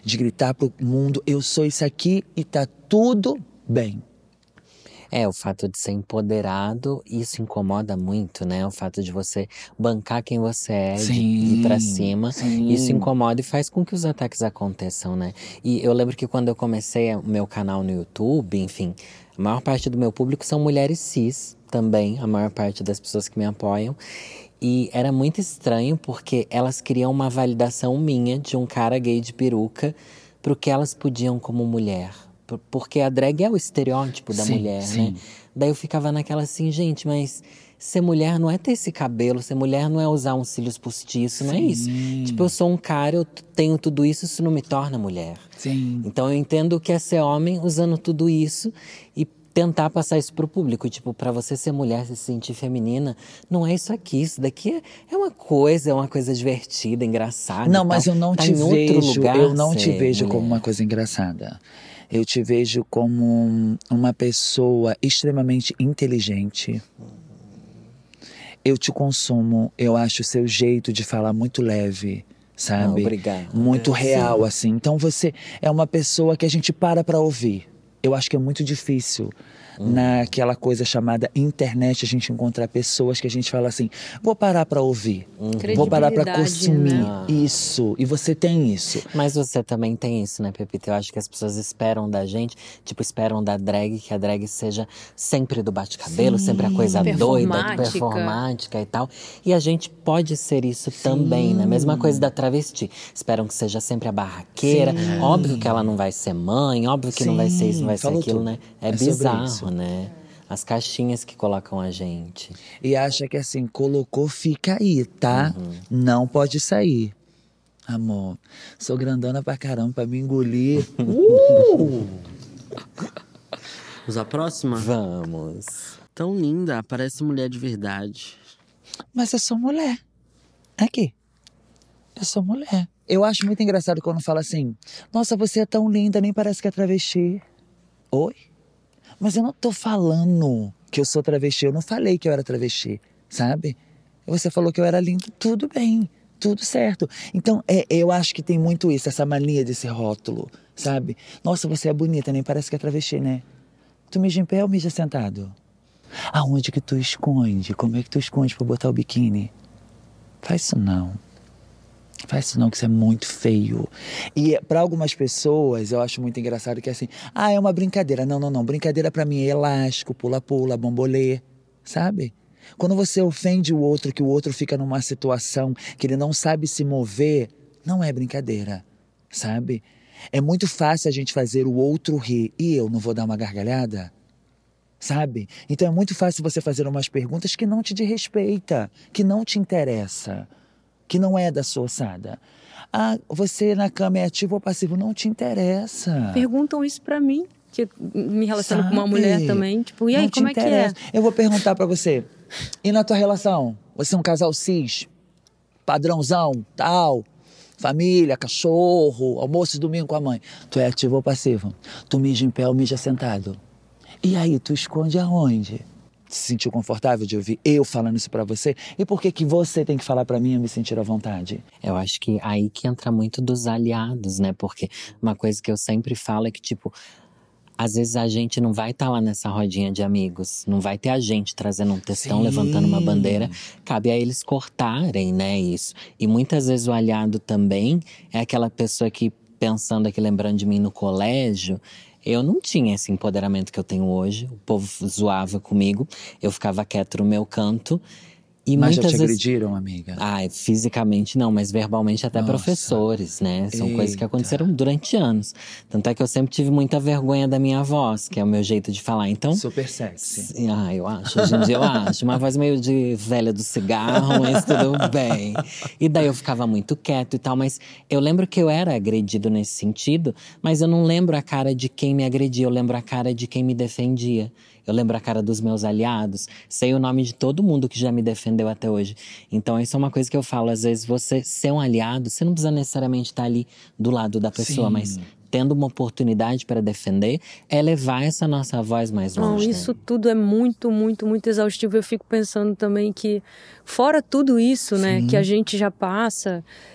de gritar pro mundo, eu sou isso aqui e tá tudo bem. É, o fato de ser empoderado, isso incomoda muito, né? O fato de você bancar quem você é, de ir pra cima, sim. isso incomoda e faz com que os ataques aconteçam, né? E eu lembro que quando eu comecei o meu canal no YouTube, enfim, a maior parte do meu público são mulheres cis também, a maior parte das pessoas que me apoiam. E era muito estranho porque elas queriam uma validação minha de um cara gay de peruca pro que elas podiam como mulher. Porque a drag é o estereótipo da sim, mulher, sim. né? Daí eu ficava naquela assim, gente, mas ser mulher não é ter esse cabelo, ser mulher não é usar uns cílios postiços, não é isso. Tipo, eu sou um cara, eu tenho tudo isso, isso não me torna mulher. Sim. Então eu entendo o que é ser homem usando tudo isso e tentar passar isso pro público. Tipo, pra você ser mulher, se sentir feminina, não é isso aqui. Isso daqui é, é uma coisa, é uma coisa divertida, engraçada. Não, mas eu não tá te em outro vejo, lugar eu não te ser vejo mulher. como uma coisa engraçada. Eu te vejo como um- uma pessoa extremamente inteligente. Eu te consumo, eu acho o seu jeito de falar muito leve, sabe? Ah, obrigada. Muito Sim. real, assim. Então você é uma pessoa que a gente para pra ouvir. Eu acho que é muito difícil naquela coisa chamada internet a gente encontrar pessoas que a gente fala assim, vou parar pra ouvir, vou parar pra Credibilidade, consumir né? isso. E você tem isso. Mas você também tem isso, né, Pepita? Eu acho que as pessoas esperam da gente, tipo, esperam da drag que a drag seja sempre do bate-cabelo, sempre a coisa doida, Performática. performática e tal. E a gente pode ser isso também, né? Mesma coisa da travesti. Esperam que seja sempre a barraqueira. Sim. Óbvio que ela não vai ser mãe, óbvio que não vai ser isso, não vai ser Falou aquilo, tudo. né? É, É sobre isso. bizarro, né? As caixinhas que colocam a gente. E acha que assim, colocou, fica aí, tá? Não pode sair. Amor, sou grandona pra caramba, pra me engolir. Uh! Vamos à próxima? Vamos. Tão linda, parece mulher de verdade. Mas eu sou mulher. Aqui. Eu sou mulher. Eu acho muito engraçado quando fala assim, nossa, você é tão linda, nem parece que é travesti. Oi? Mas eu não tô falando que eu sou travesti, eu não falei que eu era travesti, sabe? Você falou que eu era lindo, tudo bem, tudo certo. Então, é, eu acho que tem muito isso, essa mania desse rótulo, sabe? Nossa, você é bonita, nem parece que é travesti, né? Tu mija em pé ou mija sentado? Aonde que tu esconde? Como é que tu esconde pra botar o biquíni? Faz isso não. Faz isso não, que isso é muito feio. E para algumas pessoas, eu acho muito engraçado que é assim, ah, é uma brincadeira. Não, não, não. Brincadeira para mim é elástico, pula-pula, bambolê, sabe? Quando você ofende o outro, que o outro fica numa situação que ele não sabe se mover, não é brincadeira, sabe? É muito fácil a gente fazer o outro rir. E eu não vou dar uma gargalhada? Sabe? Então é muito fácil você fazer umas perguntas que não te de respeita, que não te interessa, que não é da sua ossada. Ah, você na cama é ativo ou passivo? Não te interessa. Perguntam isso pra mim, que me relaciono Sabe? com uma mulher também. Tipo, e aí, Não te como é que é? interessa. Eu vou perguntar pra você. E na tua relação? Você é um casal cis? Padrãozão? Tal? Família, cachorro, almoço de domingo com a mãe. Tu é ativo ou passivo? Tu mija em pé ou mija sentado? E aí, tu esconde aonde? Se sentiu confortável de ouvir eu falando isso pra você? E por que que você tem que falar pra mim e me sentir à vontade? Eu acho que aí que entra muito dos aliados, né? Porque uma coisa que eu sempre falo é que, tipo, às vezes a gente não vai estar lá nessa rodinha de amigos, não vai ter a gente trazendo um textão, Sim. levantando uma bandeira. Cabe a eles cortarem, né, isso. E muitas vezes o aliado também é aquela pessoa que, pensando aqui, lembrando de mim no colégio, eu não tinha esse empoderamento que eu tenho hoje. O povo zoava comigo, eu ficava quieto no meu canto. E Mas já muitas te vezes... agrediram, amiga? Ai, fisicamente não, mas verbalmente até Nossa. professores, né? São coisas que Eita. aconteceram durante anos. Tanto é que eu sempre tive muita vergonha da minha voz, que é o meu jeito de falar. Então, Super sexy. ah, eu acho, hoje em dia eu acho. Uma voz meio de velha do cigarro, mas tudo bem. E daí eu ficava muito quieto e tal, mas eu lembro que eu era agredido nesse sentido, mas eu não lembro a cara de quem me agredia, eu lembro a cara de quem me defendia. Eu lembro a cara dos meus aliados, sei o nome de todo mundo que já me defendeu até hoje. Então isso é uma coisa que eu falo, às vezes você ser um aliado, você não precisa necessariamente estar ali do lado da pessoa, Sim. mas tendo uma oportunidade para defender, é levar essa nossa voz mais Não, longe. isso né? tudo é muito, muito, muito exaustivo. Eu fico pensando também que, fora tudo isso, né, Sim. que a gente já passa,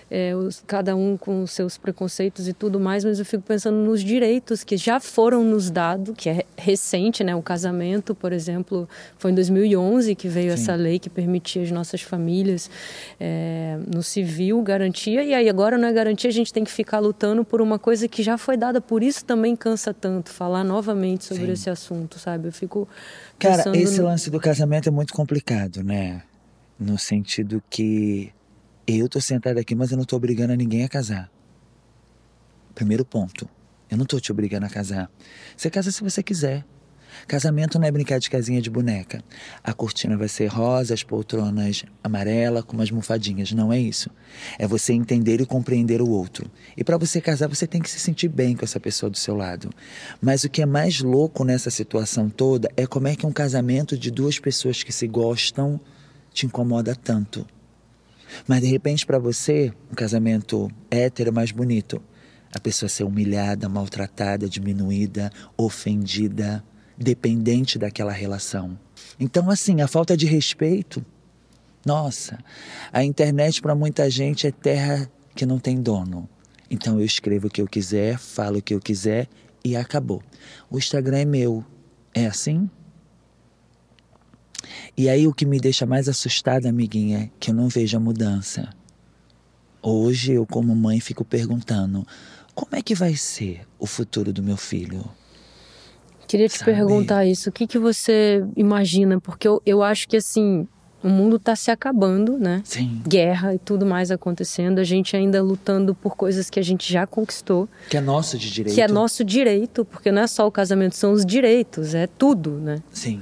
é, os, cada um com os seus preconceitos e tudo mais, mas eu fico pensando nos direitos que já foram nos dados, que é recente, né? O casamento, por exemplo, foi em dois mil e onze que veio Sim. essa lei que permitia as nossas famílias, é, no civil, garantia, e aí agora não é garantia, a gente tem que ficar lutando por uma coisa que já foi dada, por isso também cansa tanto falar novamente sobre Sim. esse assunto, sabe? Eu fico Cara, esse no... lance do casamento é muito complicado, né? No sentido que eu tô sentada aqui, mas eu não tô obrigando a ninguém a casar. Primeiro ponto. Eu não tô te obrigando a casar. Você casa se você quiser. Casamento não é brincar de casinha de boneca. A cortina vai ser rosa, as poltronas amarela com umas almofadinhas. Não é isso. É você entender e compreender o outro. E para você casar, você tem que se sentir bem com essa pessoa do seu lado. Mas o que é mais louco nessa situação toda é como é que um casamento de duas pessoas que se gostam te incomoda tanto. Mas de repente para você, um casamento hétero é mais bonito. A pessoa ser humilhada, maltratada, diminuída, ofendida, dependente daquela relação. Então assim, a falta de respeito, nossa, a internet para muita gente é terra que não tem dono. Então eu escrevo o que eu quiser, falo o que eu quiser e acabou. O Instagram é meu. É assim? E aí o que me deixa mais assustada, amiguinha, é que eu não vejo a mudança. Hoje eu como mãe fico perguntando, como é que vai ser o futuro do meu filho? Queria te Sabe? perguntar isso, o que, que você imagina? Porque eu, eu acho que assim, o mundo está se acabando, né? Sim. Guerra e tudo mais acontecendo, a gente ainda lutando por coisas que a gente já conquistou. Que é nosso de direito. Que é nosso direito, porque não é só o casamento, são os direitos, é tudo, né? Sim.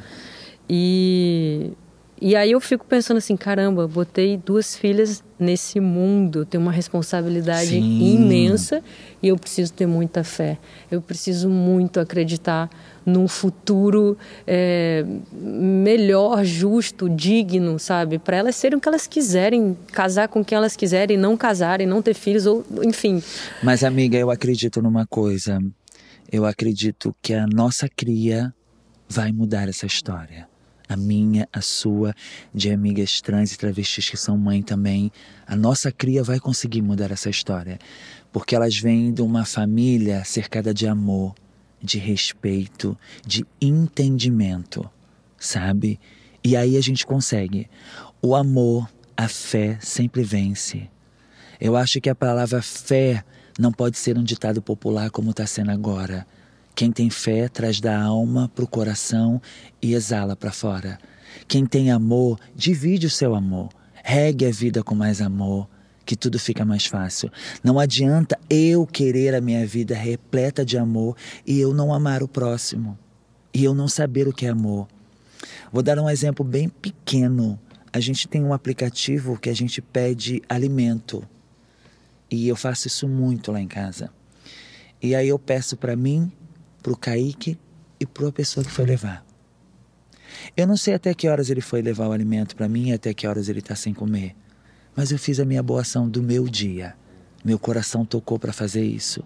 E, e aí eu fico pensando assim, caramba, botei duas filhas nesse mundo, eu tenho uma responsabilidade Sim. imensa e eu preciso ter muita fé. Eu preciso muito acreditar num futuro é, melhor, justo, digno, sabe? Para elas serem o que elas quiserem, casar com quem elas quiserem, não casarem, não ter filhos, ou enfim. Mas amiga, eu acredito numa coisa. Eu acredito que a nossa cria vai mudar essa história. A minha, a sua, de amigas trans e travestis que são mãe também. A nossa cria vai conseguir mudar essa história. Porque elas vêm de uma família cercada de amor, de respeito, de entendimento, sabe? E aí a gente consegue. O amor, a fé sempre vence. Eu acho que a palavra fé não pode ser um ditado popular como está sendo agora. Quem tem fé traz da alma para o coração e exala para fora. Quem tem amor, divide o seu amor. Regue a vida com mais amor, que tudo fica mais fácil. Não adianta eu querer a minha vida repleta de amor e eu não amar o próximo. E eu não saber o que é amor. Vou dar um exemplo bem pequeno. A gente tem um aplicativo que a gente pede alimento. E eu faço isso muito lá em casa. E aí eu peço para mim, pro Kaique e para a pessoa que foi levar. Eu não sei até que horas ele foi levar o alimento para mim e até que horas ele está sem comer. Mas eu fiz a minha boa ação do meu dia. Meu coração tocou para fazer isso.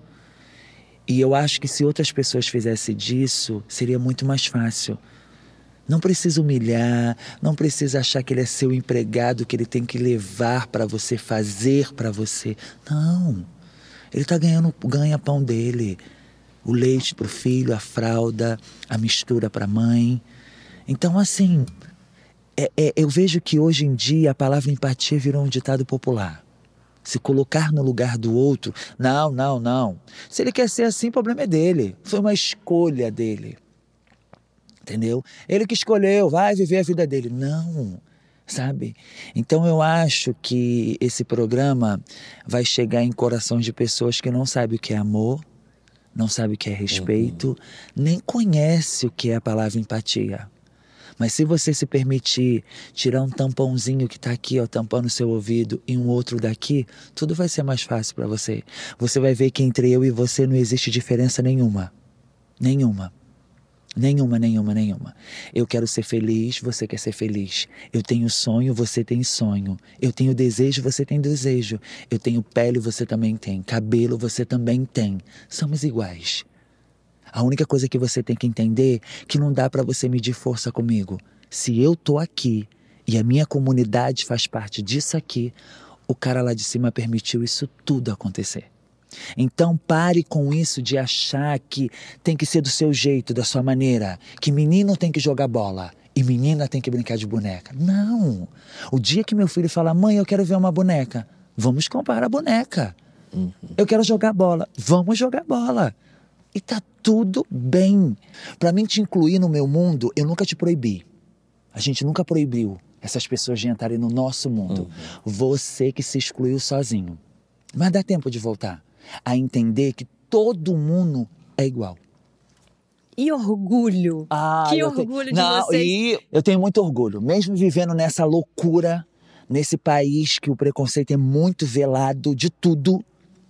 E eu acho que se outras pessoas fizessem disso, seria muito mais fácil. Não precisa humilhar, não precisa achar que ele é seu empregado, que ele tem que levar para você, fazer para você. Não. Ele está ganhando o ganha-pão dele. O leite para o filho, a fralda, a mistura para a mãe. Então, assim, é, é, eu vejo que hoje em dia a palavra empatia virou um ditado popular. Se colocar no lugar do outro, não, não, não. Se ele quer ser assim, o problema é dele. Foi uma escolha dele. Entendeu? Ele que escolheu, vai viver a vida dele. Não, sabe? Então eu acho que esse programa vai chegar em corações de pessoas que não sabem o que é amor, não sabe o que é respeito, uhum. nem conhece o que é a palavra empatia. Mas se você se permitir tirar um tampãozinho que está aqui, ó, tampando o seu ouvido, e um outro daqui, tudo vai ser mais fácil para você. Você vai ver que entre eu e você não existe diferença nenhuma. Nenhuma. Nenhuma, nenhuma, nenhuma. Eu quero ser feliz, você quer ser feliz. Eu tenho sonho, você tem sonho. Eu tenho desejo, você tem desejo. Eu tenho pele, você também tem. Cabelo, você também tem. Somos iguais. A única coisa que você tem que entender é que não dá para você medir força comigo. Se eu tô aqui e a minha comunidade faz parte disso aqui, O cara lá de cima permitiu isso tudo acontecer. Então pare com isso de achar que tem que ser do seu jeito, da sua maneira, que menino tem que jogar bola e menina tem que brincar de boneca. Não! O dia que meu filho falar, mãe, eu quero ver uma boneca, vamos comprar a boneca. Uhum. Eu quero jogar bola, vamos jogar bola. E tá tudo bem. Para mim te incluir no meu mundo, eu nunca te proibi. A gente nunca proibiu essas pessoas de entrarem no nosso mundo. Uhum. Você que se excluiu sozinho. Mas dá tempo de voltar a entender que todo mundo é igual. E orgulho. Ah, que orgulho te... de Não, vocês. E eu tenho muito orgulho. Mesmo vivendo nessa loucura, nesse país que o preconceito é muito velado de tudo,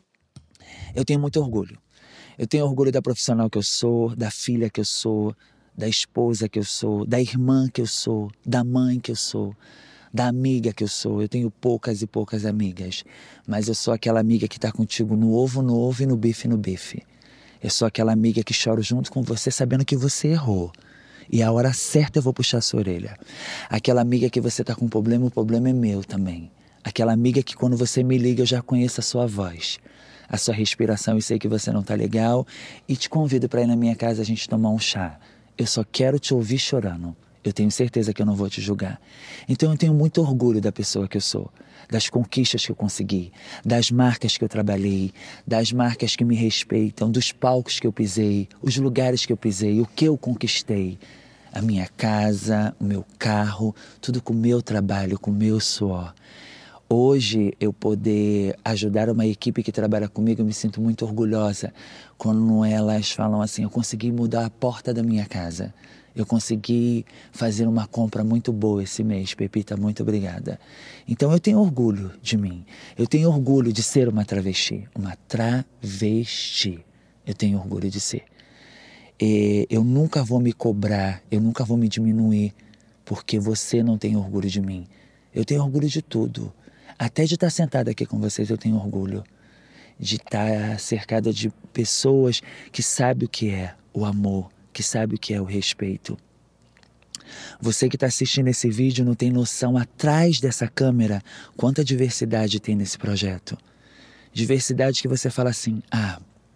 eu tenho muito orgulho. Eu tenho orgulho da profissional que eu sou, da filha que eu sou, da esposa que eu sou, da irmã que eu sou, da mãe que eu sou, da amiga que eu sou. Eu tenho poucas e poucas amigas, mas eu sou aquela amiga que está contigo no ovo, no ovo e no bife, no bife. Eu sou aquela amiga que chora junto com você sabendo que você errou. E a hora certa eu vou puxar a sua orelha. Aquela amiga que você está com um problema, o problema é meu também. Aquela amiga que quando você me liga eu já conheço a sua voz, a sua respiração e sei que você não está legal. E te convido para ir na minha casa a gente tomar um chá. Eu só quero te ouvir chorando. Eu tenho certeza que eu não vou te julgar. Então eu tenho muito orgulho da pessoa que eu sou, das conquistas que eu consegui, das marcas que eu trabalhei, das marcas que me respeitam, dos palcos que eu pisei, os lugares que eu pisei, o que eu conquistei. A minha casa, o meu carro, tudo com o meu trabalho, com o meu suor. Hoje, eu poder ajudar uma equipe que trabalha comigo, eu me sinto muito orgulhosa quando elas falam assim, eu consegui mudar a porta da minha casa. Eu consegui fazer uma compra muito boa esse mês, Pepita, muito obrigada. Então eu tenho orgulho de mim. Eu tenho orgulho de ser uma travesti. Uma travesti. Eu tenho orgulho de ser. E eu nunca vou me cobrar, eu nunca vou me diminuir, porque você não tem orgulho de mim. Eu tenho orgulho de tudo. Até de estar sentada aqui com vocês eu tenho orgulho. De estar cercada de pessoas que sabem o que é o amor, que sabe o que é o respeito. Você que está assistindo esse vídeo não tem noção, atrás dessa câmera, quanta diversidade tem nesse projeto. Diversidade que você fala assim, ah,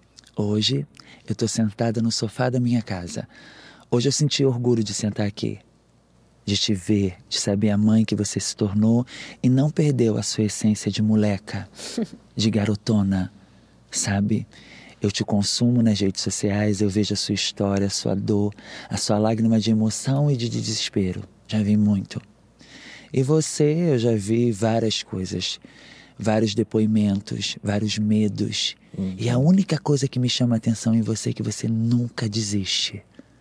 hoje eu estou sentada no sofá da minha casa. Hoje eu senti orgulho de sentar aqui, de te ver, de saber a mãe que você se tornou e não perdeu a sua essência de moleca, de garotona, sabe? Eu te consumo nas redes sociais, eu vejo a sua história, a sua dor, a sua lágrima de emoção e de desespero. Já vi muito. E você, eu já vi várias coisas, vários depoimentos, vários medos. Uhum. E a única coisa que me chama a atenção em você é que você nunca desiste.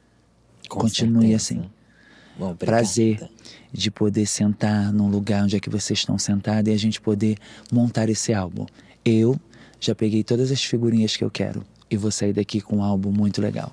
Com Continue certeza. Assim. Bom, prazer de poder sentar num lugar onde é que vocês estão sentados e a gente poder montar esse álbum. Eu já peguei todas as figurinhas que eu quero e vou sair daqui com um álbum muito legal.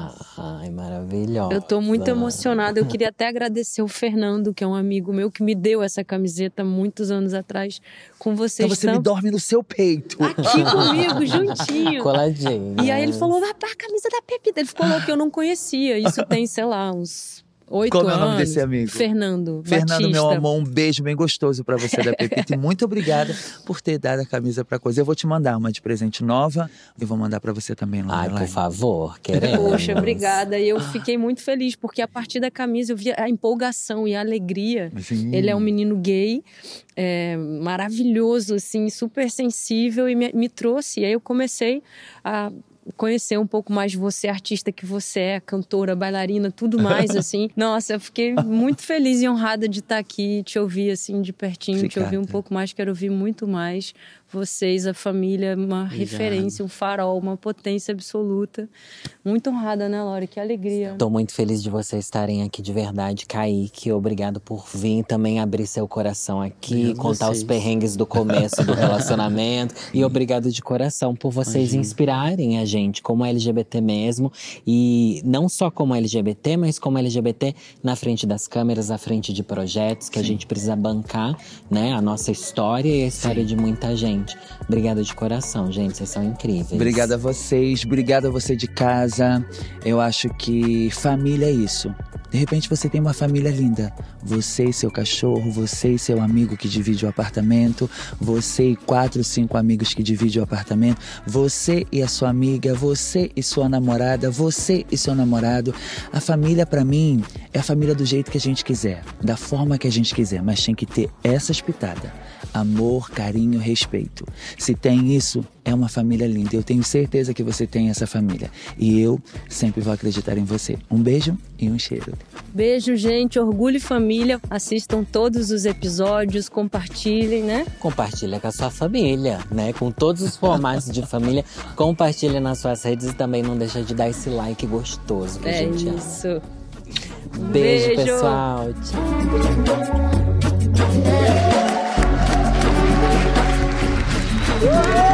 Ai, maravilhosa. Eu tô muito emocionada. Eu queria até agradecer o Fernando, que é um amigo meu, que me deu essa camiseta muitos anos atrás com vocês. Então você tam... me dorme no seu peito. Aqui comigo, juntinho. Coladinho. E aí ele falou, vai pra camisa da Pepita. Ele falou que eu não conhecia. Isso tem, sei lá, uns... Oito Como anos. é o nome desse amigo? Fernando Fernando, Batista. meu amor, um beijo bem gostoso pra você da Pepita. E muito obrigada por ter dado a camisa pra coisa. Eu vou te mandar uma de presente nova e vou mandar pra você também lá. Ai, por favor, queremos. Poxa, obrigada. E eu fiquei muito feliz, porque a partir da camisa eu vi a empolgação e a alegria. Sim. Ele é um menino gay, é, maravilhoso, assim, super sensível e me, me trouxe. E aí eu comecei a conhecer um pouco mais de você, artista que você é, cantora, bailarina, tudo mais, assim. Nossa, eu fiquei muito feliz e honrada de estar aqui, te ouvir, assim, de pertinho, Obrigada. Te ouvir um pouco mais, quero ouvir muito mais. Vocês, a família, uma Obrigado. Referência, um farol, uma potência absoluta. Muito honrada, né, Laura? Que alegria. Tô muito feliz de vocês estarem aqui de verdade. Kaique, obrigado por vir também abrir seu coração aqui, obrigado contar vocês. Os perrengues do começo do relacionamento. E obrigado de coração por vocês Imagina. Inspirarem a gente como L G B T mesmo. E não só como L G B T, mas como L G B T na frente das câmeras, à frente de projetos que Sim. a gente precisa bancar, né? A nossa história e a história Sim. de muita gente. gente. Obrigada de coração, gente. Vocês são incríveis. Obrigado a vocês, obrigado a você de casa. Eu acho que família é isso. De repente você tem uma família linda. Você e seu cachorro, você e seu amigo que divide o apartamento, você e quatro, cinco amigos que dividem o apartamento, você e a sua amiga, você e sua namorada, você e seu namorado. A família, pra mim, é a família do jeito que a gente quiser, da forma que a gente quiser, mas tem que ter essas pitadas. Amor, carinho, respeito. Se tem isso, é uma família linda. Eu tenho certeza que você tem essa família. E eu sempre vou acreditar em você. Um beijo e um cheiro. Beijo, gente. Orgulho e família. Assistam todos os episódios, compartilhem, né? Compartilha com a sua família, né? Com todos os formatos de família. Compartilha nas suas redes e também não deixa de dar esse like gostoso que é a gente ama. isso. Um beijo, beijo, pessoal. Tchau. Uh!